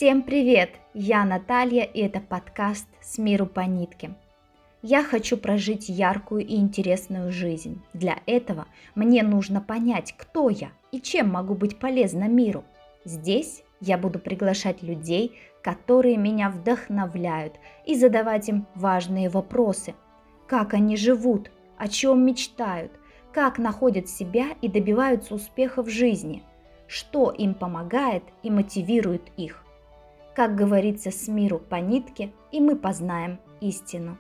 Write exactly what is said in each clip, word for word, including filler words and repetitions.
Всем привет! Я Наталья, и это подкаст «С миру по нитке». Я хочу прожить яркую и интересную жизнь. Для этого мне нужно понять, кто я и чем могу быть полезна миру. Здесь я буду приглашать людей, которые меня вдохновляют, и задавать им важные вопросы. Как они живут, о чем мечтают, как находят себя и добиваются успеха в жизни, что им помогает и мотивирует их. Как говорится, с миру по нитке, и мы познаем истину.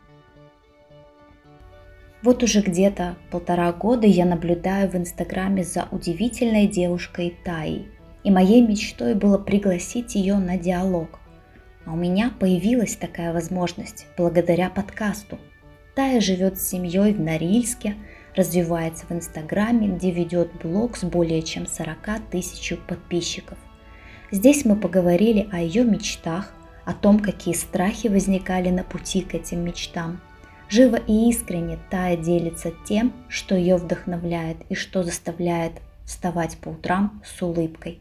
Вот уже где-то полтора года я наблюдаю в Инстаграме за удивительной девушкой Таей, и моей мечтой было пригласить ее на диалог. А у меня появилась такая возможность благодаря подкасту. Тая живет с семьей в Норильске, развивается в Инстаграме, где ведет блог с более чем сорока тысячами подписчиков. Здесь мы поговорили о ее мечтах, о том, какие страхи возникали на пути к этим мечтам. Живо и искренне Тая делится тем, что ее вдохновляет и что заставляет вставать по утрам с улыбкой.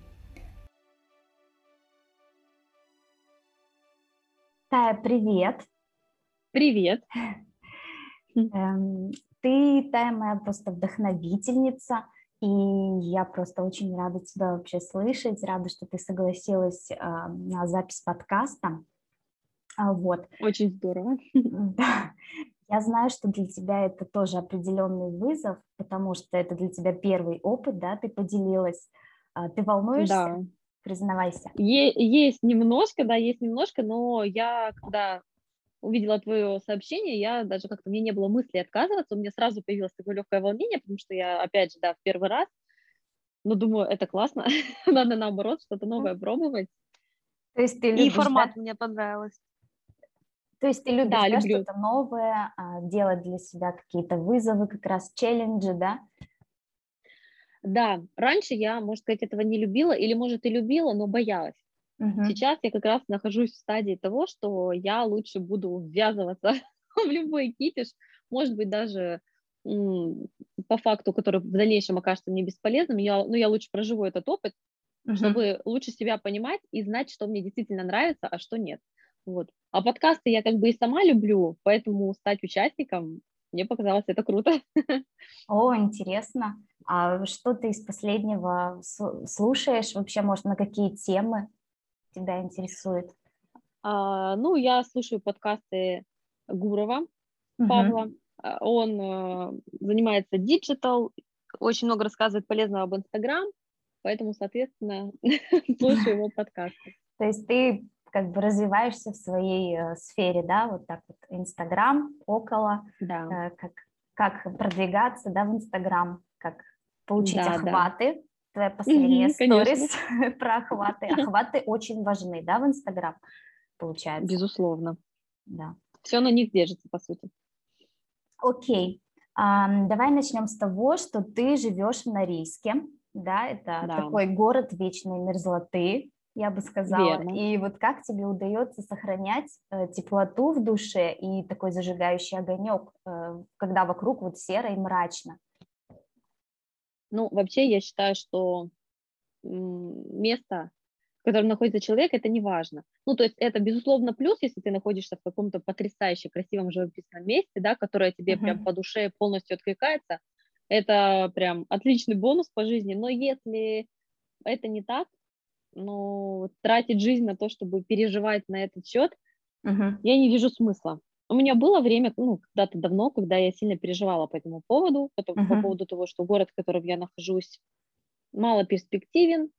Тая, привет! Привет! Эм, ты, Тая, моя просто вдохновительница, и я просто очень рада тебя вообще слышать, рада, что ты согласилась э, на запись подкаста. А, вот. Очень здорово. Да. Я знаю, что для тебя это тоже определенный вызов, потому что это для тебя первый опыт, да, ты поделилась. А, Ты волнуешься? Да, Признавайся. Е- есть немножко, да, есть немножко, но я, когда увидела твое сообщение, я даже как-то, мне не было мысли отказываться, у меня сразу появилось такое легкое волнение, потому что я, опять же, да, в первый раз, но думаю, это классно, надо наоборот что-то Мгм. новое пробовать. То есть ты И любишь, да? формат мне понравился. То есть ты любишь, Да, да, люблю. что-то новое, а, делать для себя какие-то вызовы, как раз челленджи, да? Да, раньше я, может сказать, этого не любила, или, может, и любила, но боялась. Мгм. Сейчас я как раз нахожусь в стадии того, что я лучше буду ввязываться в любой кипиш, может быть, даже м, по факту, который в дальнейшем окажется мне бесполезным, я, ну, я лучше проживу этот опыт, Мгм. чтобы лучше себя понимать и знать, что мне действительно нравится, а что нет. Вот. А подкасты я как бы и сама люблю, поэтому стать участником, мне показалось это круто. О, интересно. А что ты из последнего слу- слушаешь? Вообще, может, на какие темы тебя интересует? А, ну, я слушаю подкасты Гурова, Павла. Мгм. А, Он э, занимается диджитал, очень много рассказывает полезного об Инстаграм, поэтому, соответственно, слушаю его подкасты. То есть ты как бы развиваешься в своей э, сфере, да, вот так вот, Инстаграм, около, Да, э, как, как продвигаться, да, в Инстаграм, как получить да, да. охваты. Твоя последняя Мгм, конечно, сторис про охваты. Охваты очень важны, да, в Инстаграм, получается, безусловно. да. Все на них держится, по сути. Окей, Ам, давай начнем с того, что ты живешь в Норильске, да, это Да, такой город вечной мерзлоты, я бы сказала. верно. И вот как тебе удается сохранять э, теплоту в душе и такой зажигающий огонек, э, когда вокруг вот серо и мрачно? Ну, вообще, я считаю, что м, место, в котором находится человек, это не важно. Ну, то есть это, безусловно, плюс, если ты находишься в каком-то потрясающе красивом живописном месте, да, которое тебе прям Мгм. по душе полностью откликается, это прям отличный бонус по жизни. Но если это не так, ну, вот тратить жизнь на то, чтобы переживать на этот счет, Мгм. я не вижу смысла. У меня было время, ну, когда-то давно, когда я сильно переживала по этому поводу, по, то- по Мгм. поводу того, что город, в котором я нахожусь, мало перспективен,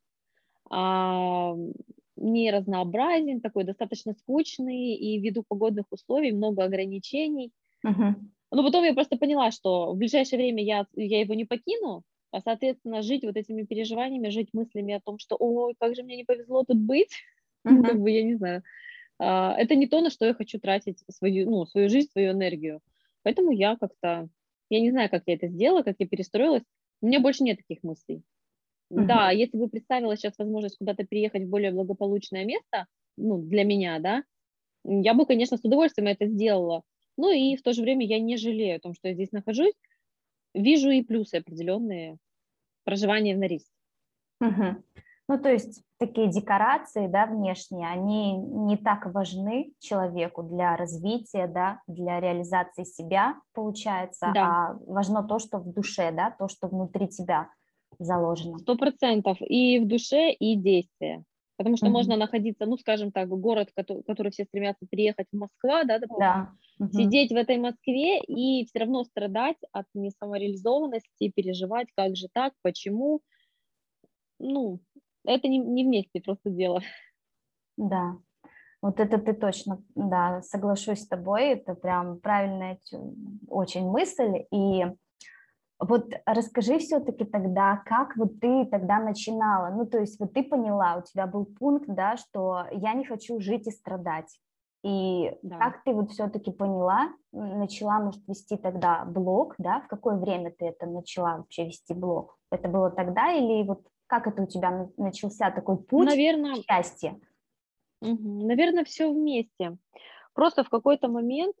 а, не разнообразен, такой достаточно скучный, и ввиду погодных условий много ограничений. Мгм. Но потом я просто поняла, что в ближайшее время я, я его не покину, а, соответственно, жить вот этими переживаниями, жить мыслями о том, что, ой, как же мне не повезло тут быть, ну, как Мгм. бы, я не знаю, а, это не то, на что я хочу тратить свою, ну, свою жизнь, свою энергию. Поэтому я как-то, я не знаю, как я это сделала, как я перестроилась, у меня больше нет таких мыслей. Да, Мгм. если бы представила сейчас возможность куда-то переехать в более благополучное место, ну, для меня, да, м, я бы, конечно, с удовольствием это сделала. Ну и в то же время я не жалею о том, что я здесь нахожусь. Вижу и плюсы определенные проживания в Норильске. Мгм. Ну, то есть такие декорации, да, внешние, они не так важны человеку для развития, да, для реализации себя, получается, Да, а важно то, что в душе, да, то, что внутри тебя заложено. сто процентов и в душе, и действие. Потому что Мгм. можно находиться, ну, скажем так, город, кото который все стремятся приехать в Москва, да, допустим, Да. Мгм. сидеть в этой Москве и все равно страдать от несамореализованности, переживать, как же так, почему. Ну, это не не вместе просто дело. Да. Вот это ты точно, да, соглашусь с тобой, это прям правильная тю- очень мысль. И вот расскажи все-таки тогда, как вот ты тогда начинала? Ну, то есть вот ты поняла, у тебя был пункт, да, что я не хочу жить и страдать. И Да. как ты вот все-таки поняла, м, начала, может, вести тогда блог, да? В какое время ты это начала вообще вести блог? Это было тогда или вот как это у тебя на- начался такой путь Наверно счастья? наверно, все вместе. Просто в какой-то момент,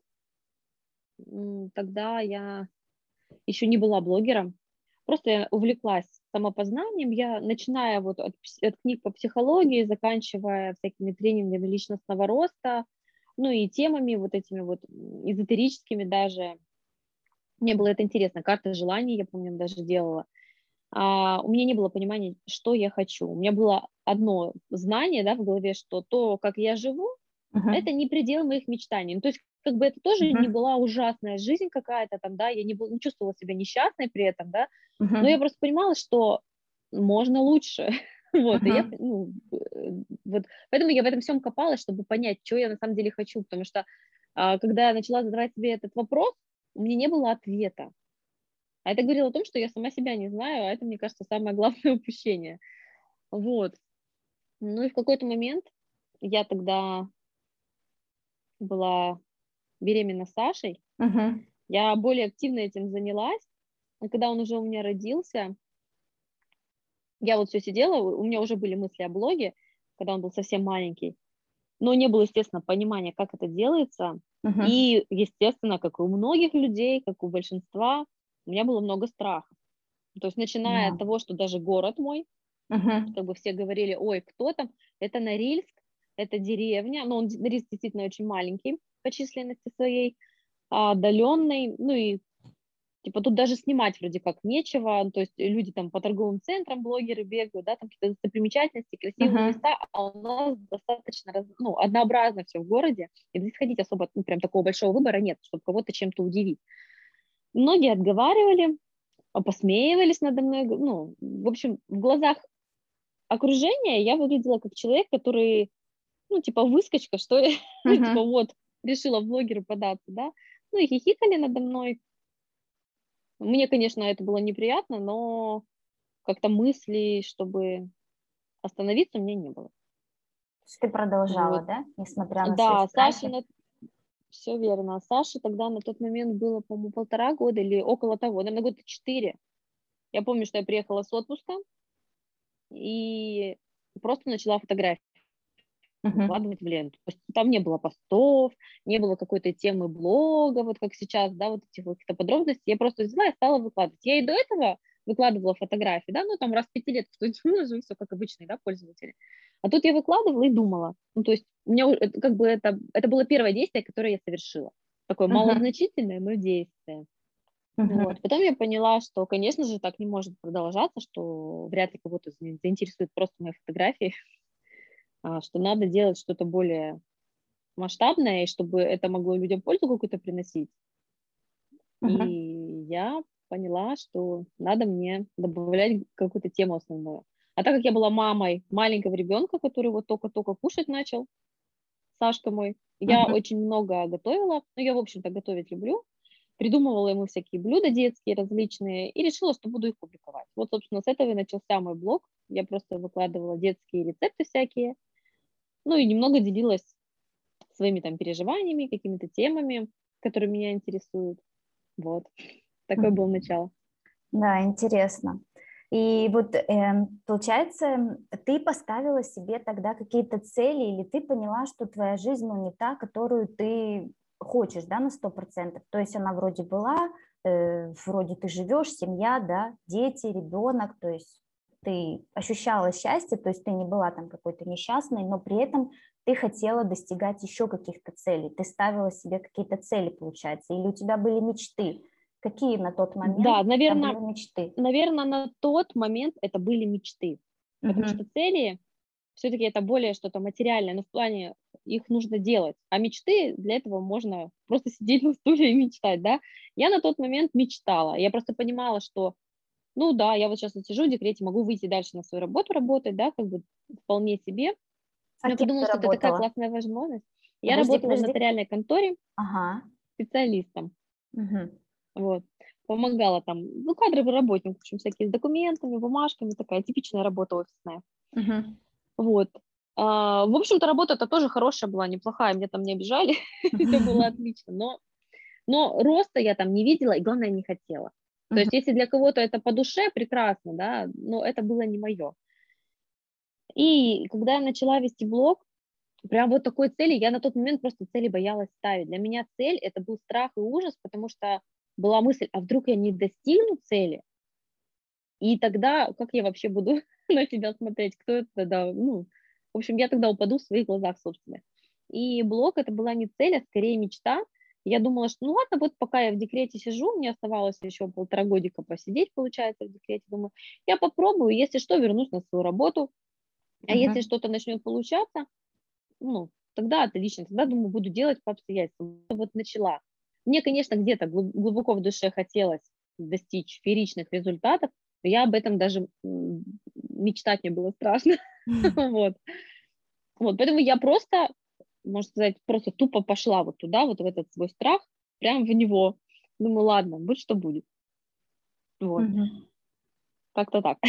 м, тогда я еще не была блогером, просто я увлеклась самопознанием. Я, начиная вот от пс от книг по психологии, заканчивая всякими тренингами личностного роста, ну и темами вот этими вот, м, эзотерическими даже. Мне было это интересно. Карты желаний, я помню, даже делала. А, у меня не было понимания, что я хочу. У меня было одно знание, да, в голове, что то, как я живу, это Мгм. не предел моих мечтаний. Ну, то есть, как бы это тоже не Мгм. была ужасная жизнь какая-то там, да, я не, был, не чувствовала себя несчастной при этом, да, но я Мгм. просто понимала, что можно лучше. Вот, и я, Мгм. ну, э, вот, поэтому я в этом всем копалась, чтобы понять, что я на самом деле хочу, потому что, а, когда я начала задавать себе этот вопрос, у меня не было ответа. А это говорило о том, что я сама себя не знаю, а это, мне кажется, самое главное упущение. Вот. Ну и в какой-то момент я тогда была беременна Сашей, Мгм. я более активно этим занялась. А когда он уже у меня родился, я вот все сидела, у у меня уже были мысли о блоге, когда он был совсем маленький, но не было, естественно, понимания, как это делается. Мгм. И, естественно, как и у многих людей, как у большинства, у меня было много страхов. То есть начиная Да. от того, что даже город мой, Мгм. как бы все говорили: "Ой, кто там? Это Норильск, это деревня". Ну, он д Норильск действительно очень маленький по численности своей, а, отдалённый. Ну и типа тут даже снимать вроде как нечего. Ну, то есть люди там по торговым центрам, блогеры бегают, да, там какие-то достопримечательности, красивые Мгм. места, а у нас достаточно раз ну, однообразно все в городе. И здесь ходить особо, ну, прям такого большого выбора нет, чтобы кого-то чем-то удивить. Многие отговаривали, а, посмеивались надо мной. Г ну, в общем, в глазах окружения я выглядела как человек, который, ну, типа выскочка, что ли. Ну, типа Мгм. вот, решила в блогеры податься, да. Ну и хихикали надо мной. Мне, конечно, это было неприятно, но как-то мыслей, чтобы остановиться, у меня не было. То есть ты продолжала, Вот. да, несмотря на свои Да, Саше страхи? на все верно. Саше тогда на тот момент было, по-моему, полтора года или около того, наверно, года четыре. Я помню, что я приехала с отпуска и просто начала фотографии Мгм. выкладывать в ленту. То есть там не было постов, не было какой-то темы блога, вот как сейчас, да, вот этих вот каких-то подробностей. Я просто взяла и стала выкладывать. Я и до этого выкладывала фотографии, да, ну там раз в пятилетку кто-нибудь выложил, все как обычные, да, пользователи. А тут я выкладывала и думала. Ну, то есть у меня у- это как бы это, это было первое действие, которое я совершила. Такое Мгм. малозначительное, но действие. Вот. Мгм. Потом я поняла, что, конечно же, так не может продолжаться, что вряд ли кого-то за- заинтересует просто мои фотографии, а, что надо делать что-то более масштабное, и чтобы это могло людям пользу какую-то приносить. Мгм. И я поняла, что надо мне добавлять какую-то тему основную. А так как я была мамой маленького ребенка, который вот только-только кушать начал, Сашка мой, я Мгм. очень много готовила. Ну, я, в общем-то, готовить люблю. Придумывала ему всякие блюда детские различные и решила, что буду их публиковать. Вот, собственно, с этого и начался мой блог. Я просто выкладывала детские рецепты всякие, ну и немного делилась своими там переживаниями, какими-то темами, которые меня интересуют. Вот. Такое было Мгм. начало. Да, интересно. И вот эм, получается, м, ты поставила себе тогда какие-то цели, или ты поняла, что твоя жизнь, ну, не та, которую ты хочешь, да, на сто процентов. То есть она вроде была, э, вроде ты живешь, семья, да, дети, ребенок, то есть. ты ощущала счастье, то есть ты не была там какой-то несчастной, но при этом ты хотела достигать еще каких-то целей, ты ставила себе какие-то цели, получается, или у тебя были мечты. Какие на тот момент Да, у тебя были наверное, мечты? наверное, на тот момент это были мечты, потому что Мгм. цели все-таки это более что-то материальное, но в плане их нужно делать, а мечты для этого можно просто сидеть на стуле и мечтать, да. Я на тот момент мечтала, я просто понимала, что, ну да, я вот сейчас вот сижу в декрете, могу выйти дальше на свою работу работать, да, как бы вполне себе. А Но я кем подумала, ты что это такая работала? классная возможность. Я Подожди, работала в подожди. нотариальной конторе Ага. специалистом. Мгм. Вот. Помогала там, ну, кадровый работник, в общем, всякие с документами, бумажками, такая типичная работа офисная. Мгм. Вот. А, в общем-то, работа-то тоже хорошая была, неплохая, меня там не обижали, все было отлично, но, но роста я там не видела и, главное, не хотела. То Мгм. есть, если для кого-то это по душе, прекрасно, да, но это было не мое. И когда я начала вести блог, прям вот такой цели, я на тот момент просто цели боялась ставить. Для меня цель — это был страх и ужас, потому что была мысль, а вдруг я не достигну цели, и тогда как я вообще буду на себя смотреть, кто это тогда, ну, в общем, я тогда упаду в своих глазах собственных. И блог — это была не цель, а скорее мечта. Я думала, что ну ладно, вот пока я в декрете сижу, мне оставалось еще полтора годика посидеть, получается, в декрете, думаю, я попробую, если что, вернусь на свою работу, а если Мгм. что-то начнет получаться, ну, тогда отлично, тогда, думаю, буду делать по обстоятельствам. Вот начала. Мне, конечно, где-то глуб- глубоко в душе хотелось достичь фееричных результатов, но я об этом даже м, мечтать мне было страшно. Вот. Вот, поэтому я просто, можно сказать, просто тупо пошла вот туда, вот в этот свой страх, прям в него. Думаю, ладно, будь что будет. Вот, Мгм. как-то так.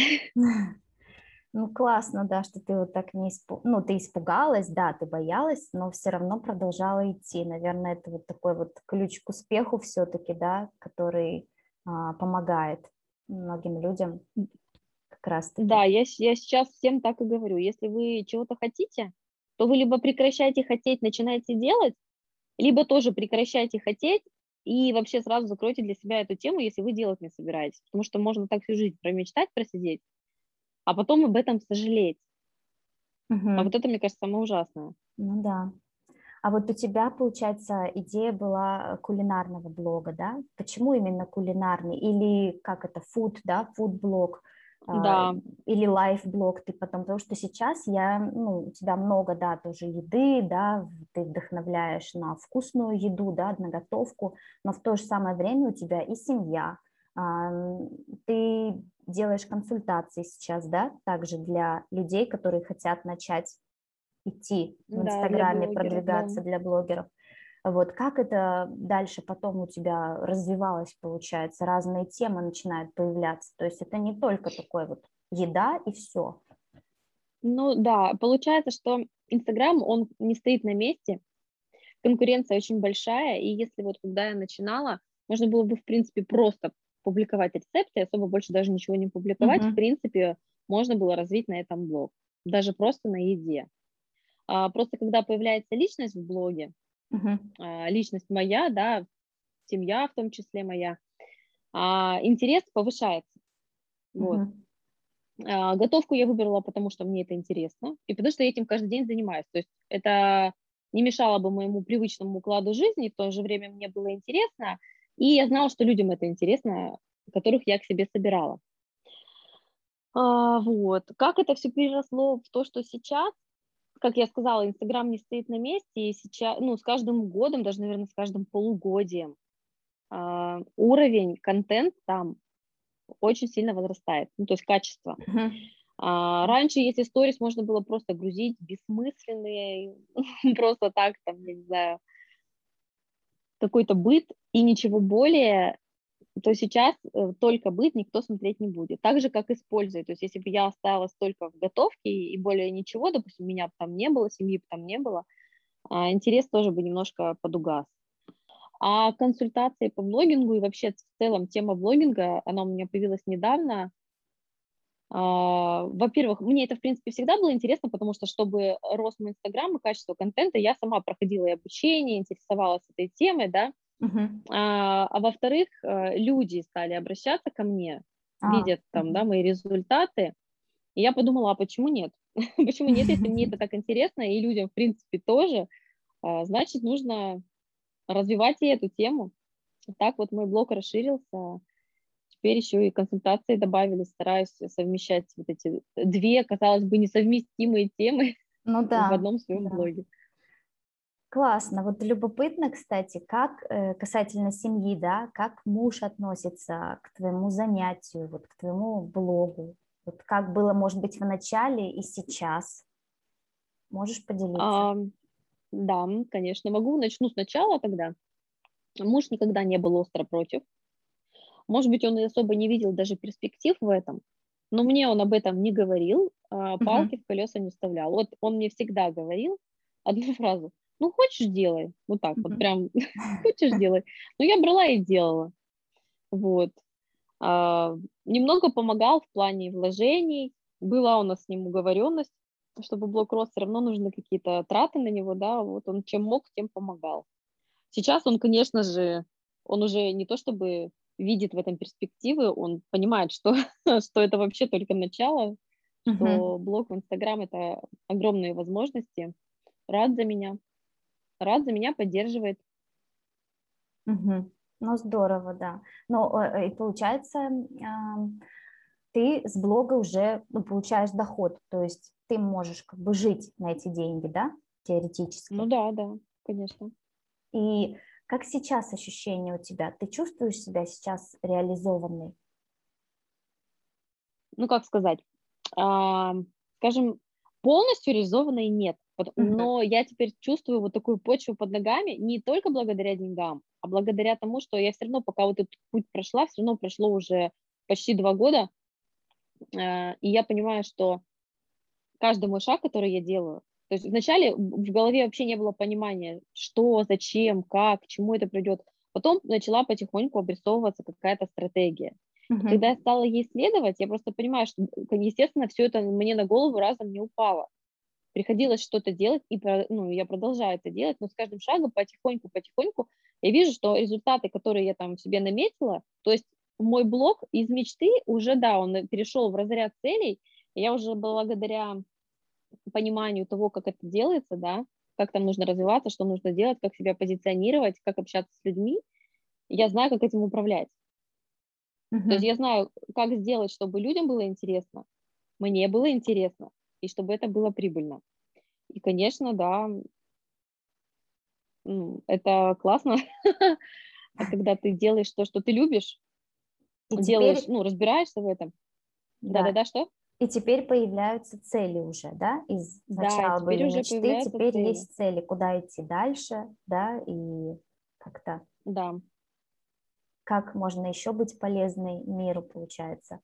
Ну, классно, да, что ты вот так не испу... ну, ты испугалась, да, ты боялась, но все равно продолжала идти. Наверное, это вот такой вот ключ к успеху все-таки, да, который а, помогает многим людям как раз-таки. Да, я, с- я сейчас всем так и говорю. Если вы чего-то хотите, то вы либо прекращайте хотеть, начинайте делать, либо тоже прекращайте хотеть и вообще сразу закройте для себя эту тему, если вы делать не собираетесь. Потому что можно так всю жизнь промечтать, просидеть, а потом об этом сожалеть. А вот Мгм. это, мне кажется, самое ужасное. Ну да. А вот у тебя, получается, идея была кулинарного блога, да? Почему именно кулинарный? Или как это, food, да, food-блог? а, Да, Или лайф-блог ты потом? Потому что сейчас я, ну, у тебя много, да, тоже еды, да, ты вдохновляешь на вкусную еду, да, на готовку, но в то же самое время у тебя и семья. А, м, Ты делаешь консультации сейчас, да, также для людей, которые хотят начать идти в да, для Инстаграме, блогеров, да. продвигаться для блогеров. Вот как это дальше потом у тебя развивалось, получается, разные темы начинают появляться. То есть это не только такой вот еда и все. Ну да, получается, что Инстаграм, он не стоит на месте, конкуренция очень большая, и если вот когда я начинала, можно было бы, в принципе, просто публиковать рецепты, особо больше даже ничего не публиковать, в Мгм. принципе, можно было развить на этом блог, даже просто на еде. А, просто когда появляется личность в блоге, Мгм. а, личность моя, да, семья в том числе моя, а, интерес повышается. Вот. Мгм. А, готовку я выбрала, потому что мне это интересно, и потому что я этим каждый день занимаюсь. То есть это не мешало бы моему привычному укладу жизни, в то же время мне было интересно, и я знала, что людям это интересно, которых я к себе собирала. А, вот. Как это все переросло в то, что сейчас, как я сказала, Инстаграм не стоит на месте, и сейчас, ну, с каждым годом, даже, наверное, с каждым полугодием а, уровень, контент там очень сильно возрастает, ну, то есть качество. Мгм. А, раньше, если сторис можно было просто грузить бессмысленные, просто так, там, я не знаю, какой-то быт и ничего более, то сейчас э, только быт никто смотреть не будет. Так же, как используя. То есть если бы я осталась только в готовке и более ничего, допустим, меня бы там не было, семьи бы там не было, а, интерес тоже бы немножко подугас. А консультации по блогингу и вообще в целом тема блогинга, она у меня появилась недавно. А, во-первых, мне это, в принципе, всегда было интересно, потому что, чтобы рос мой Инстаграм и качество контента, я сама проходила и обучение, интересовалась этой темой, да. Мгм. А, а во-вторых, э, люди стали обращаться ко мне, А, видят там, да, мгм. мои результаты. И я подумала, а почему нет? Почему нет, если мне это так интересно, и людям, в принципе, тоже, а, значит, нужно развивать и эту тему. Так вот мой блог расширился. Теперь еще и консультации добавились. Стараюсь совмещать вот эти две, казалось бы, несовместимые темы Ну в да, одном своем да. блоге. Классно. Вот любопытно, кстати, как э, касательно семьи, да, как муж относится к твоему занятию, вот к твоему блогу. Вот как было, может быть, в начале и сейчас. Можешь поделиться? А, да, конечно, могу. Начну сначала тогда. Муж никогда не был остро против. Может быть, он и особо не видел даже перспектив в этом, но мне он об этом не говорил, а, палки Мгм. в колеса не вставлял. Вот он мне всегда говорил одну фразу: "Ну, хочешь- делай". Вот так вот Мгм. прям: "Хочешь- делай". Но я брала и делала. Вот. А, Немного помогал в плане вложений. Была у нас с ним уговоренность, чтобы блок рос, все равно нужны какие-то траты на него, да. Вот он чем мог, тем помогал. Сейчас он, конечно же, он уже не то чтобы видит в этом перспективы, он понимает, что, что это вообще только начало, Мгм. что блог в Инстаграм — это огромные возможности. Рад за меня, рад за меня, поддерживает. Мгм. Ну, здорово, да. Ну, э, и получается, ам, ты с блога уже, ну, получаешь доход, то есть ты можешь как бы жить на эти деньги, да, Ну теоретически. да, да, конечно. И как сейчас ощущение у тебя? Ты чувствуешь себя сейчас реализованной? Ну, как сказать, а, скажем, полностью реализованной нет. Вот, Мгм. но я теперь чувствую вот такую почву под ногами не только благодаря деньгам, а благодаря тому, что я все равно, пока вот этот путь прошла, все равно прошло уже почти два года, э, и я понимаю, что каждый мой шаг, который я делаю, то есть вначале в в голове вообще не было понимания, что, зачем, как, к чему это придет. Потом начала потихоньку обрисовываться какая-то стратегия. И когда я Мгм. стала ей следовать, я просто понимаю, что, м, естественно, все это мне на голову разом не упало. Приходилось что-то делать, и про ну, я продолжаю это делать, но с каждым шагом потихоньку, потихоньку я вижу, что результаты, которые я там себе наметила, то есть мой блог из мечты уже, да, он э, перешел в разряд целей. И я уже благодаря пониманию того, как это делается, да, как там нужно развиваться, что нужно делать, как себя позиционировать, как общаться с людьми, я знаю, как этим управлять. То есть Мгм. я знаю, как сделать, чтобы людям было интересно, мне было интересно, и чтобы это было прибыльно. И, конечно, да, м, это классно, а когда ты делаешь то, что ты любишь, И делаешь, теперь, ну, разбираешься в этом. да, Да-да-да, что? и теперь появляются цели уже, да? Из Да, и сначала были теперь уже мечты, появляются теперь цели. есть цели, куда идти дальше, да, и как-то Да, как можно еще быть полезной миру, получается.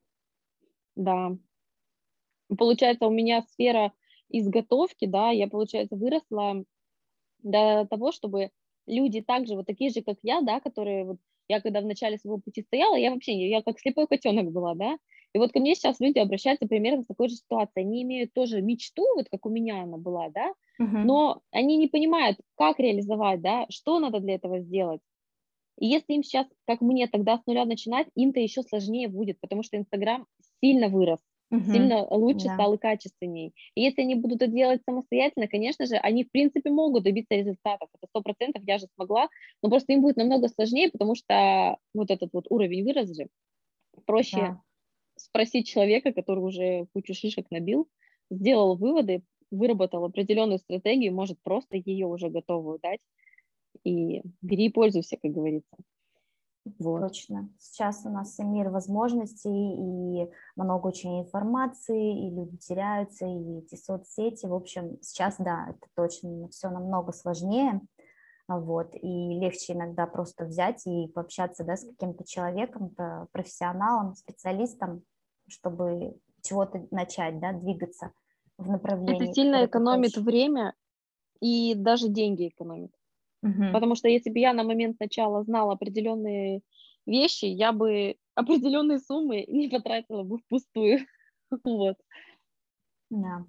да. Получается, у меня сфера изготовки, да, я, получается, выросла до того, чтобы люди также, вот такие же, как я, да, которые вот я когда в начале своего пути стояла, я вообще, не- я как слепой котенок была, да, и вот ко мне сейчас люди обращаются примерно с такой же ситуацией. Они имеют тоже мечту, вот как у меня она была, да, Мгм. но они не понимают, как реализовать, да, что надо для этого сделать. И если им сейчас, как мне, тогда с нуля начинать, им-то еще сложнее будет, потому что Инстаграм сильно вырос, Мгм. сильно лучше Да. стал и качественней. И если они будут это делать самостоятельно, конечно же, они в принципе могут добиться результатов. Это сто процентов я же смогла, но просто им будет намного сложнее, потому что вот этот вот уровень вырос же. Проще Да. спросить человека, который уже кучу шишек набил, сделал выводы, выработал определенную стратегию, может просто ее уже готовую дать. И бери и пользуйся, как говорится. Вот. Точно. Сейчас у нас и мир возможностей, и много очень информации, и люди теряются, и эти соцсети. В общем, сейчас, да, это точно все намного сложнее. А Вот, и легче иногда просто взять и пообщаться, да, с каким-то человеком, то профессионалом, специалистом, чтобы чего-то начать, да, двигаться в Это направлении, сильно которое ты экономит хочешь. время и даже деньги экономит. Мгм. Потому что если бы я на момент начала знала определенные вещи, я бы определенные суммы не потратила бы впустую. Вот. Да.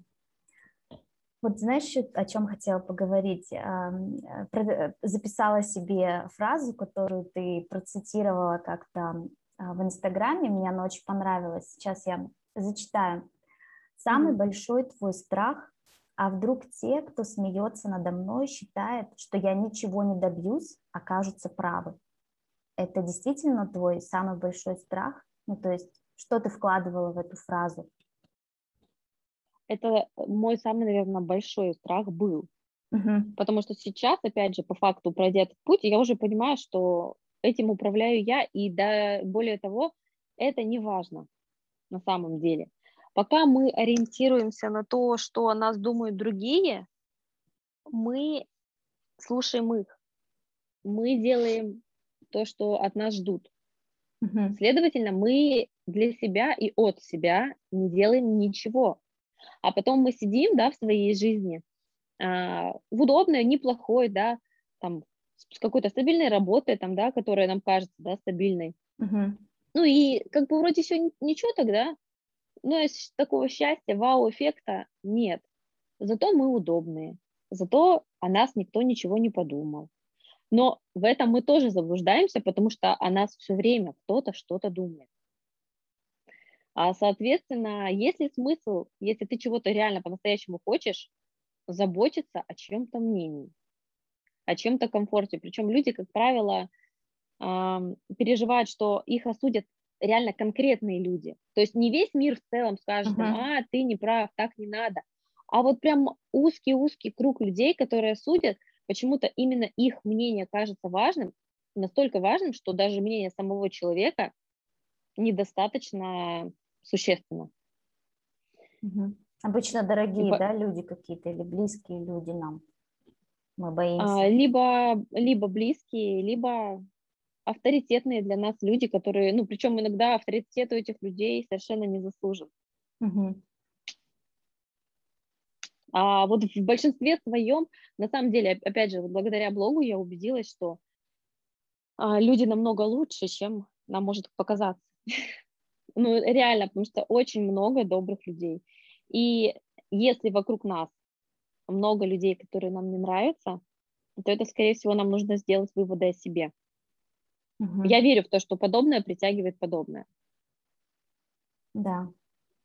Вот знаешь, ещё о чем хотела поговорить? Ам, э, про- э, Записала себе фразу, которую ты процитировала как-то а, в Инстаграме, мне она очень понравилась. Сейчас я зачитаю. Самый Мгм. большой твой страх, а вдруг те, кто смеется надо мной, считают, что я ничего не добьюсь, окажутся правы. Это действительно твой самый большой страх? Ну, то есть, что ты вкладывала в эту фразу? Это мой самый, наверное, большой страх был. Мгм. Потому что сейчас, опять же, по факту, пройдя этот путь, я уже понимаю, что этим управляю я, и да, более того, это не важно на самом деле. Пока мы ориентируемся на то, что о нас думают другие, мы слушаем их, мы делаем то, что от нас ждут. Мгм. Следовательно, мы для себя и от себя не делаем ничего. А потом мы сидим, да, в своей жизни, а, в удобной, неплохой, да, там, с с какой-то стабильной работой, там, да, которая нам кажется, да, стабильной. Мгм. Ну и как бы вроде все ничего тогда, но из такого счастья, вау-эффекта нет. Зато мы удобные, зато о нас никто ничего не подумал. Но в этом мы тоже заблуждаемся, потому что о нас все время кто-то что-то думает. А, соответственно, есть ли смысл, если ты чего-то реально по-настоящему хочешь, заботиться о чьем-то мнении, о чем-то комфорте? Причем люди, как правило, ам, переживают, что их осудят реально конкретные люди. То есть не весь мир в целом скажет там, Мгм. а, ты не прав, так не надо. А вот прям узкий-узкий круг людей, которые судят, почему-то именно их мнение кажется важным, настолько важным, что даже мнение самого человека недостаточно существенно. Мгм. Обычно И дорогие, по- да, люди какие-то или близкие люди нам. Мы а, боимся. либо, либо близкие, либо авторитетные для нас люди, которые, ну, причем иногда авторитет у этих людей совершенно не заслужен. Мгм. А вот в большинстве своем, на самом деле, оп- опять же, вот благодаря блогу я убедилась, что а, люди намного лучше, чем нам может показаться. Ну, реально, потому что очень много добрых людей. И если вокруг нас много людей, которые нам не нравятся, то это, скорее всего, нам нужно сделать выводы о себе. Я Мгм. верю в то, что подобное притягивает подобное. Да.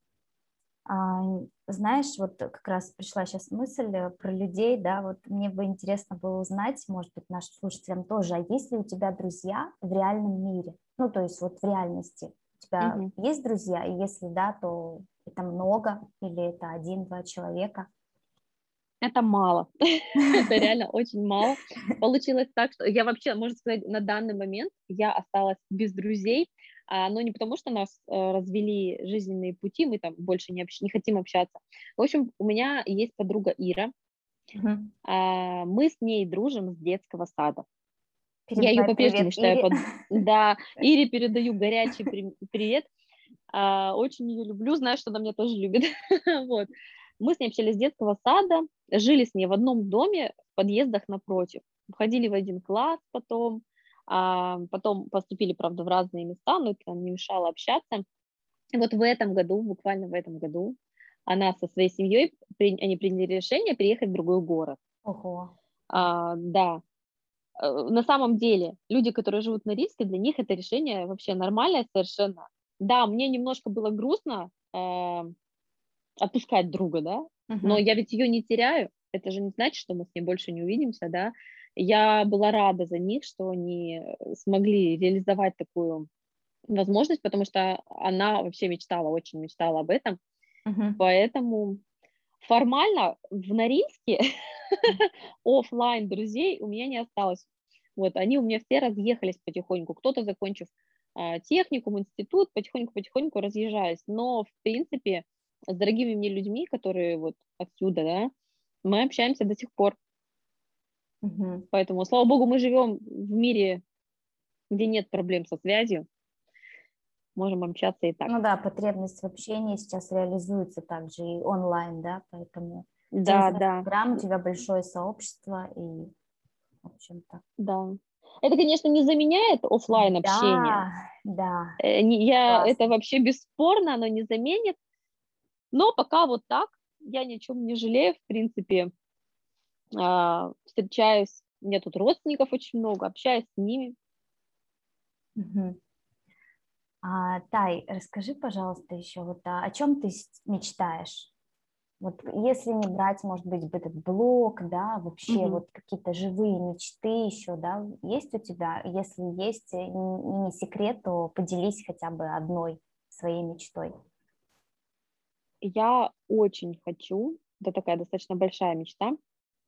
А, знаешь, вот как раз пришла сейчас мысль э, про людей, да, вот мне бы интересно было узнать, может быть, нашим слушателям тоже, а есть ли у тебя друзья в реальном мире? Ну, то есть вот в реальности. У тебя Мгм. есть друзья? И если да, то это много или это один-два человека? Это мало. Это реально очень мало. Получилось так, что я вообще, можно сказать, на данный момент я осталась без друзей, а, но не потому, что нас э, развели жизненные пути, мы там больше не, общ- не хотим общаться. В общем, у меня есть подруга Ира, Мгм. а, мы с ней дружим с детского сада. Я ее Передавай по-прежнему привет считаю Ире. под... Да, Ире передаю горячий при- привет. А, очень ее люблю, знаю, что она меня тоже любит. Вот. Мы с ней общались с детского сада, жили с ней в одном доме, в подъездах напротив. Ходили в один класс потом, а, потом поступили, правда, в разные места, но это нам не мешало общаться. И вот в этом году, буквально в этом году, она со своей семьей, при- они приняли решение переехать в другой город. Ого. А, да, Э, на самом деле, люди, которые живут на риске, для них это решение вообще нормальное совершенно. Да, мне немножко было грустно а, отпускать друга, да, но Мгм. я ведь ее не теряю. Это же не значит, что мы с ней больше не увидимся, да. Я была рада за них, что они э, смогли реализовать такую возможность, потому что она вообще мечтала, очень мечтала об этом. Мгм. Поэтому формально в Норильске оффлайн друзей у меня не осталось. Вот, они у меня все разъехались потихоньку. Кто-то, закончив а, техникум, институт, потихоньку-потихоньку разъезжаясь. Но, в принципе, с дорогими мне людьми, которые вот отсюда, да, мы общаемся до сих пор. Мгм. Поэтому, слава богу, мы живем в мире, где нет проблем со связью. Можем общаться и так. Ну да, потребность в общении сейчас реализуется также и онлайн, да, поэтому у тебя Да, да, Инстаграм, у тебя большое сообщество, и, в общем-то, да. Это, конечно, не заменяет оффлайн общение. да, да, Э, не- Я, это классно. вообще бесспорно, оно не заменит. Но пока вот так, я ни о чем не жалею, в принципе, а, встречаюсь, у меня тут родственников очень много, общаюсь с ними. Мгм. А, Тай, расскажи, пожалуйста, еще вот а, о чем ты с- мечтаешь? Вот если не брать, может быть, этот блог, да, вообще Мгм. вот какие-то живые мечты еще, да, есть у тебя? Если есть, э, н- не секрет, то поделись хотя бы одной своей мечтой. Я очень хочу, это такая достаточно большая мечта,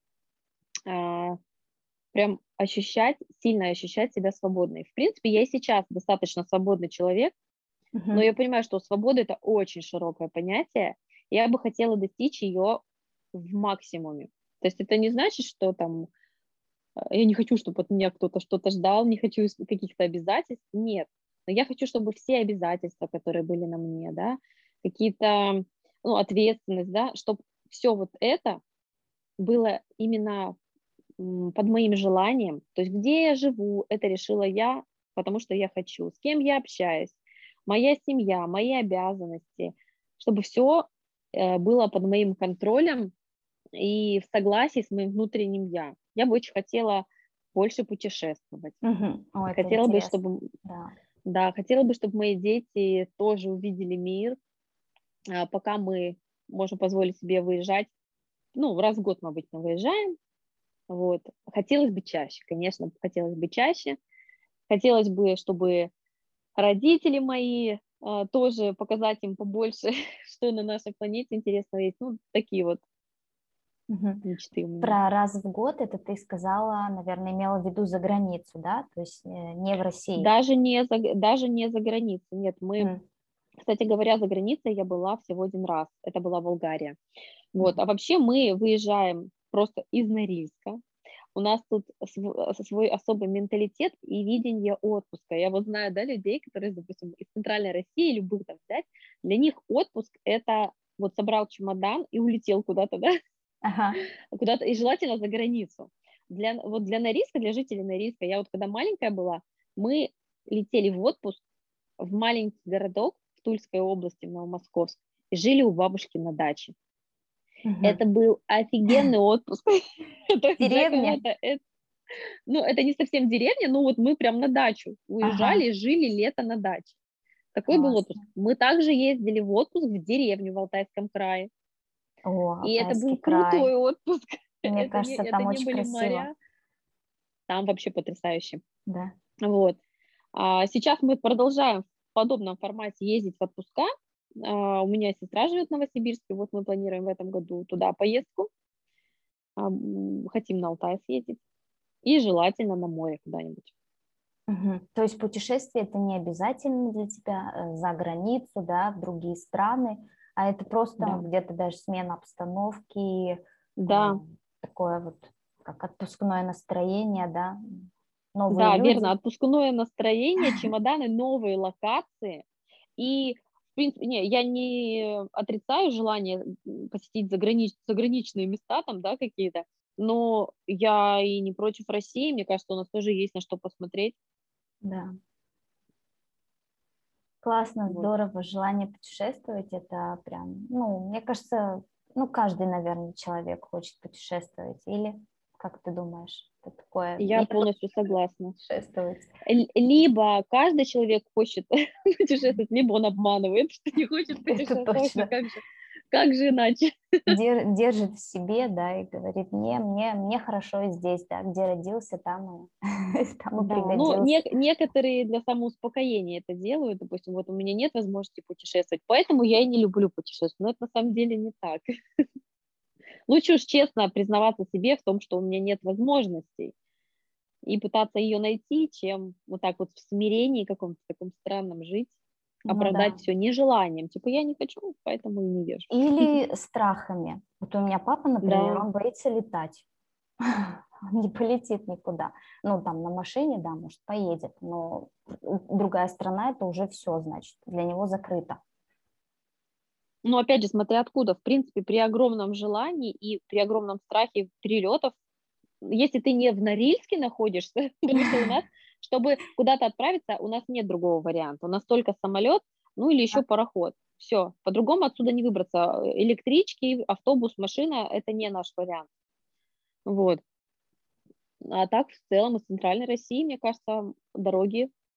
а, прям ощущать, сильно ощущать себя свободной. В принципе, я и сейчас достаточно свободный человек, но Мгм. я понимаю, что свобода — это очень широкое понятие, и я бы хотела достичь ее в максимуме. То есть это не значит, что там а, я не хочу, чтобы от меня кто-то что-то ждал, не хочу из- каких-то обязательств. Нет. Но я хочу, чтобы все обязательства, которые были на мне, да, какие-то, ну, ответственность, да, чтобы все вот это было именно м, под моим желанием. То есть где я живу, это решила я, потому что я хочу. С кем я общаюсь, моя семья, мои обязанности, чтобы все было под моим контролем и в согласии с моим внутренним я. Я бы очень хотела больше путешествовать. Мгм. О, это Хотела бы, интересно. чтобы, Да. да, хотела бы, чтобы мои дети тоже увидели мир, а, пока мы можем позволить себе выезжать. Ну, раз в год мы обычно выезжаем. Вот. Хотелось бы чаще, конечно, хотелось бы чаще. Хотелось бы, чтобы родители мои а, тоже показать им побольше, что на нашей планете интересного есть. Ну, такие вот Мгм. мечты у меня. Про раз в год это ты сказала, наверное, имела в виду за границу, да? То есть э, не в России. Даже не за, даже не за границей. Нет, мы, М. кстати говоря, за границей я была всего один раз. Это была Болгария. Вот. Мгм. А вообще мы выезжаем просто из Норильска. У нас тут св- свой особый менталитет и видение отпуска. Я вот знаю, да, людей, которые, допустим, из центральной России, любых там взять, для них отпуск — это вот собрал чемодан и улетел куда-то, да, Ага. куда-то, и желательно за границу. Для, вот для Норильска, для жителей Норильска, я вот когда маленькая была, мы летели в отпуск в маленький городок в Тульской области, в Новомосковск, и жили у бабушки на даче. Мгм. Это был офигенный отпуск. То есть для Деревня? кого-то это, ну, это не совсем деревня, но вот мы прям на дачу Ага. уезжали и жили лето на даче. Такой был отпуск. Классно. Мы также ездили в отпуск в деревню в Алтайском крае. О, И это Алтайский был край. крутой отпуск. Мне Это не, кажется, это там не очень были красиво. моря. Там вообще потрясающе. Да. Вот. А сейчас мы продолжаем в подобном формате ездить в отпуска. А, У меня сестра живет в Новосибирске, вот мы планируем в этом году туда поездку. А, м, Хотим на Алтай съездить. И желательно на море куда-нибудь. Мгм. То есть путешествие это не обязательно для тебя э, за границу, да, в другие страны, а это просто Да, где-то даже смена обстановки, да, а, такое вот как отпускное настроение, да, новые да, люди. верно. Отпускное настроение, чемоданы, новые локации. И, в принципе, не, я не отрицаю желание м, посетить загранич, заграничные места там, да, какие-то, но я и не против России. Мне кажется, у нас тоже есть на что посмотреть. Да. Классно, Вот. здорово, желание путешествовать, это прям, ну, мне кажется, ну, каждый, наверное, человек хочет путешествовать, или как ты думаешь, это такое, Я не только полностью согласна. путешествовать. Л- Либо каждый человек хочет путешествовать, либо он обманывает, что не хочет Это путешествовать. Ну точно. как же, как же иначе? Дер- держит в себе, да, и говорит, мне, мне, мне хорошо здесь, да, где родился, там и, там и Да, ну пригодился. не- некоторые для самоуспокоения это делают. Допустим, вот у меня нет возможности путешествовать, поэтому я и не люблю путешествовать. Но это на самом деле не так. Лучше уж честно признаваться себе в том, что у меня нет возможностей, и пытаться ее найти, чем вот так вот в смирении каком-то таком странном жить, Ну да. оправдать все нежеланием. Типа я не хочу, поэтому и не езжу. Или страхами. Вот у меня папа, например, Да, он боится летать. Он не полетит никуда. Ну, там на машине, да, может, поедет, но другая страна, это уже все, значит, для него закрыто. но опять же, смотря откуда. В принципе, при огромном желании и при огромном страхе перелетов, если ты не в Норильске находишься, потому что у нас, чтобы куда-то отправиться, у нас нет другого варианта. У нас только самолет, ну или еще пароход. Все, по-другому отсюда не выбраться. Электрички, автобус, машина — это не наш вариант. Вот. А так, в целом, из центральной России, мне кажется, дороги.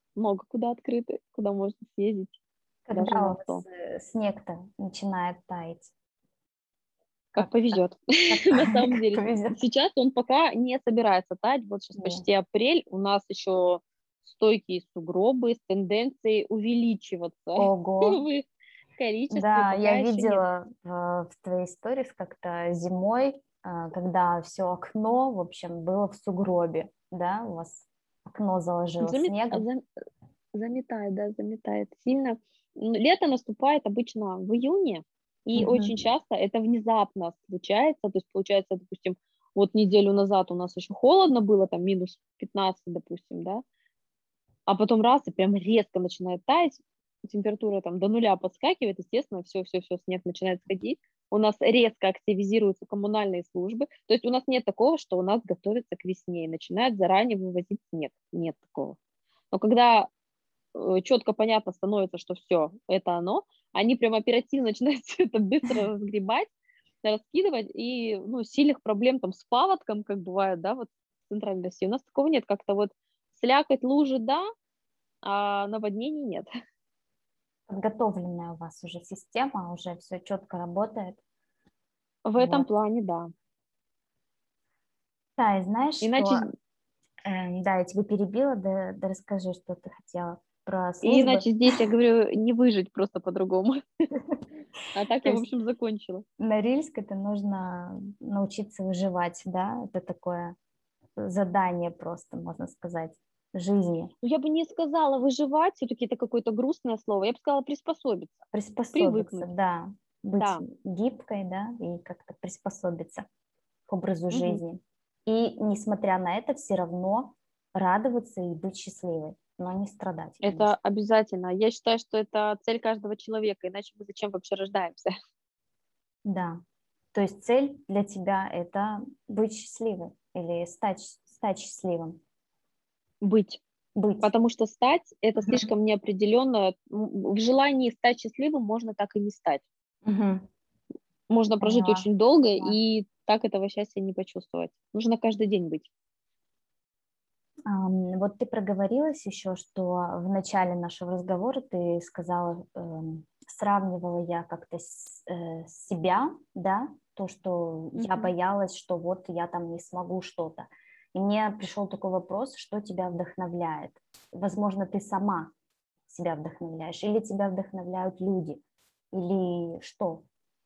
много куда открыты, куда можно съездить, даже Когда на у вас авто. э, снег-то начинает таять? Как Как, как, повезет, как, на самом как деле. повезет? Сейчас он пока не собирается таять, вот сейчас Не. почти апрель, у нас еще стойкие сугробы с тенденцией увеличиваться Ого. в их количестве, Да, я пока еще нет. видела в, в твоей сторис как-то зимой, а, когда все окно, в общем, было в сугробе, да, у вас окно заложило Замет- снегом. зам- Заметает, да, заметает сильно. М, Лето наступает обычно в июне, и очень Мгм. часто это внезапно случается. То есть, получается, допустим, вот неделю назад у нас еще холодно было, там минус пятнадцать, допустим, да, а потом раз, и прям резко начинает таять, температура там до нуля подскакивает, естественно, все-все-все, снег начинает сходить. У нас резко активизируются коммунальные службы. То есть у нас нет такого, что у нас готовятся к весне и начинают заранее вывозить снег. Нет такого. Но когда э, четко понятно становится, что все, это оно, они прям оперативно начинают все это быстро разгребать, раскидывать, и, ну, сильных проблем там с паводком, как бывает, да, вот в Центральной России, у нас такого нет, как-то вот слякоть, лужи, да, а наводнений нет. Подготовленная у вас уже система, уже все четко работает. В этом Вот. плане, да. Да, и знаешь, Иначе, что... э, да, я тебя перебила, да, да расскажи, что ты хотела про службы. иначе здесь, я говорю, не выжить просто по-другому. А так То я, в есть общем, закончила. на Норильск это нужно научиться выживать, да, это такое задание просто, можно сказать, жизни. Ну, я бы не сказала выживать, все-таки это какое-то грустное слово. Я бы сказала приспособиться, Приспособиться, привыкнуть. да, быть Да. гибкой, да, и как-то приспособиться к образу Мгм. жизни. И, несмотря на это, все равно радоваться и быть счастливой, но не страдать, Это конечно. обязательно. Я считаю, что это цель каждого человека, иначе мы зачем вообще рождаемся? Да. То есть цель для тебя — это быть счастливой или стать, стать счастливым, Быть. быть. Потому что стать — это Мгм. слишком неопределенно. М, В желании стать счастливым можно так и не стать. Мгм. Можно прожить Поняла. очень долго Поняла. и так этого счастья не почувствовать. Нужно каждый день быть. Ам, Вот ты проговорилась еще, что в начале нашего разговора ты сказала, эм, сравнивала я как-то с- э, себя, да, то, что я Мгм. боялась, что вот я там не смогу что-то. И мне пришел такой вопрос, что тебя вдохновляет? Возможно, ты сама себя вдохновляешь, или тебя вдохновляют люди, или что?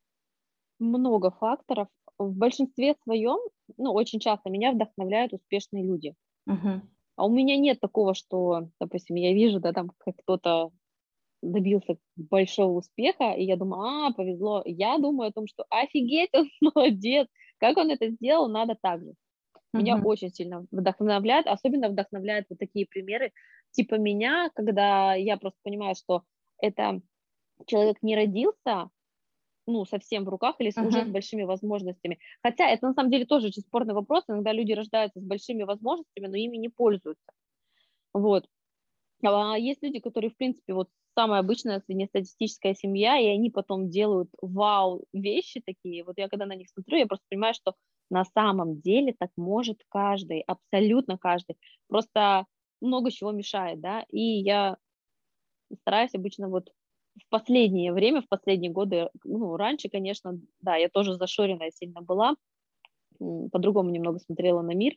Много факторов. В большинстве своем, ну, очень часто меня вдохновляют успешные люди. Мгм. А у меня нет такого, что, допустим, я вижу, да, там, как кто-то добился большого успеха, и я думаю: "А, повезло". Я думаю о том, что офигеть, он молодец, как он это сделал, надо так же. Меня Мгм. очень сильно вдохновляет, особенно вдохновляют вот такие примеры типа меня, когда я просто понимаю, что это человек не родился, ну, совсем в руках или с уже с Мгм. большими возможностями. Хотя это на самом деле тоже очень спорный вопрос. Иногда люди рождаются с большими возможностями, но ими не пользуются. Вот. А есть люди, которые, в принципе, вот самая обычная среднестатистическая семья, и они потом делают вау вещи такие. Вот я когда на них смотрю, я просто понимаю, что на самом деле так может каждый, абсолютно каждый. Просто много чего мешает, да. И я стараюсь обычно вот в последнее время, в последние годы, ну, раньше, конечно, да, я тоже зашоренная сильно была, м, по-другому немного смотрела на мир.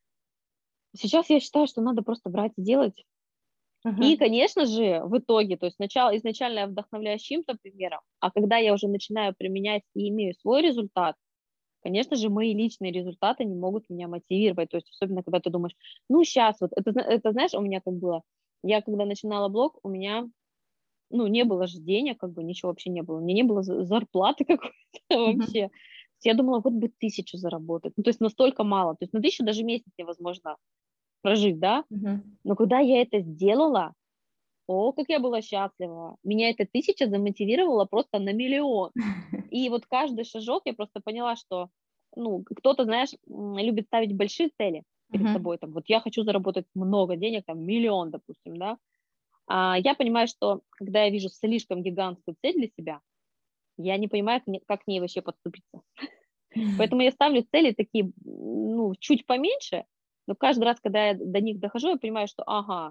Сейчас я считаю, что надо просто брать и делать. И, Мгм. конечно же, в итоге, то есть сначала, изначально я вдохновляюсь чьим-то примером, а когда я уже начинаю применять и имею свой результат, конечно же, мои личные результаты не могут меня мотивировать. То есть особенно, когда ты думаешь, ну, сейчас вот, это, зна- это знаешь, у меня как было, я когда начинала блог, у меня, ну, не было же денег, как бы ничего вообще не было, у меня не было за- зарплаты какой-то Мгм. вообще. Я думала, вот бы тысячу заработать. Ну, то есть настолько мало. То есть на тысячу даже месяц невозможно прожить, да? Мгм. Но когда я это сделала, о, как я была счастлива. Меня эта тысяча замотивировала просто на миллион. И вот каждый шажок я просто поняла, что, ну, кто-то, знаешь, м, любит ставить большие цели перед Мгм. собой. Там, вот я хочу заработать много денег, там, миллион, допустим, да. А я понимаю, что когда я вижу слишком гигантскую цель для себя, я не понимаю, как, мне- как к ней вообще подступиться. Поэтому я ставлю цели такие, ну, чуть поменьше, но каждый раз, когда я до них дохожу, я понимаю, что, ага,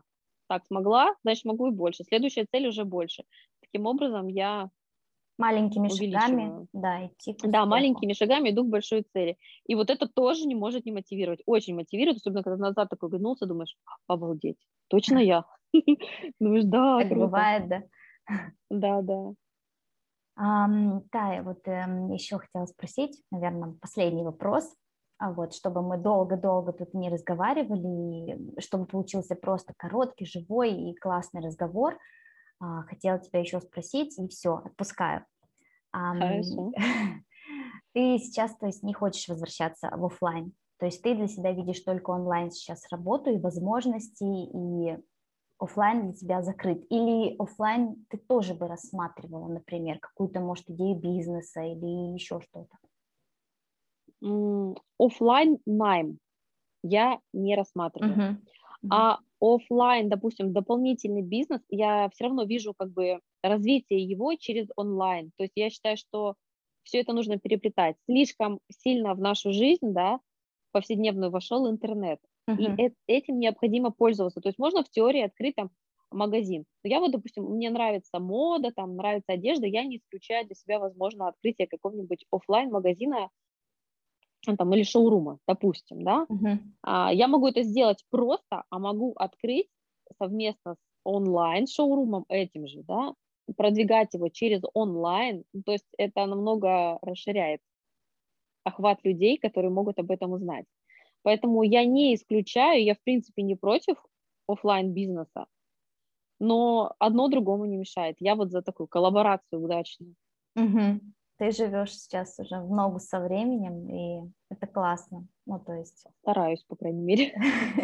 так, смогла, значит, могу и больше. Следующая цель уже больше. Таким образом, я Маленькими шагами, увеличиваю. да, идти к Да, успеху. маленькими шагами иду к большой цели. И вот это тоже не может не мотивировать. Очень мотивирует, особенно когда назад такой оглянулся, думаешь: обалдеть, точно я? Думаешь, да, Так круто. бывает, да. Да, да. Ам, Тая, вот эм, еще хотела спросить, наверное, последний вопрос, а вот, чтобы мы долго-долго тут не разговаривали, и чтобы получился просто короткий, живой и классный разговор, а, хотела тебя еще спросить, и все, отпускаю. Ам, Хорошо. Ты сейчас, то есть, не хочешь возвращаться в оффлайн, то есть ты для себя видишь только онлайн сейчас работу и возможности, и оффлайн для тебя закрыт? Или оффлайн ты тоже бы рассматривала, например, какую-то, может, идею бизнеса или еще что-то? М, Оффлайн найм я не рассматриваю. Мгм. Мгм. А оффлайн, допустим, дополнительный бизнес, я все равно вижу как бы развитие его через онлайн. То есть я считаю, что все это нужно переплетать. Слишком сильно в нашу жизнь, да, повседневную вошел интернет, и Мгм. эт этим необходимо пользоваться. То есть можно в теории открыть там магазин. Но я вот, допустим, мне нравится мода, там нравится одежда, я не исключаю для себя, возможно, открытие какого-нибудь оффлайн магазина, ну, там, или шоурума, допустим, да. Мгм. А, я могу это сделать просто, а могу открыть совместно с онлайн-шоурумом этим же, да, продвигать его через онлайн. Ну, то есть это намного расширяет охват людей, которые могут об этом узнать. Поэтому я не исключаю, я в принципе не против оффлайн бизнеса, но одно другому не мешает. Я вот за такую коллаборацию удачную. Мгм. Ты живешь сейчас уже в ногу со временем, и это классно. Ну, то есть... Стараюсь, по крайней мере.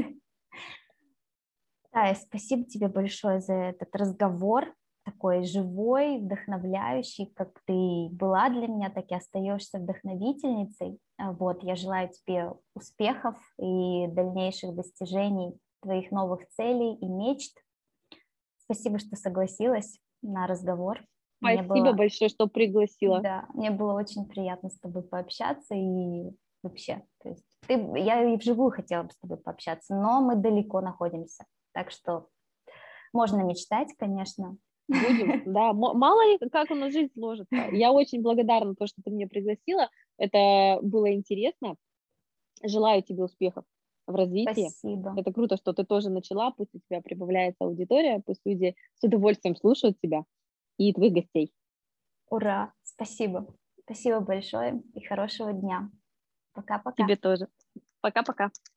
Да, спасибо тебе большое за этот разговор, такой живой, вдохновляющий, как ты была для меня, так и остаешься вдохновительницей. А Вот, я желаю тебе успехов и дальнейших достижений твоих новых целей и мечт. Спасибо, что согласилась на разговор. Мне Спасибо было, большое, что пригласила. да, мне было очень приятно с тобой пообщаться и вообще, то есть ты, я и вживую хотела бы с тобой пообщаться, но мы далеко находимся, так что можно мечтать, конечно. Будем, да. М- Мало ли, как у нас жизнь сложится. Я очень благодарна то, что ты меня пригласила. Это было интересно. Желаю тебе успехов в развитии. Спасибо. Это круто, что ты тоже начала. Пусть у тебя прибавляется аудитория, пусть люди с удовольствием слушают тебя и твоих гостей. Ура. Спасибо. Спасибо большое и хорошего дня. Пока-пока. Тебе тоже. Пока-пока.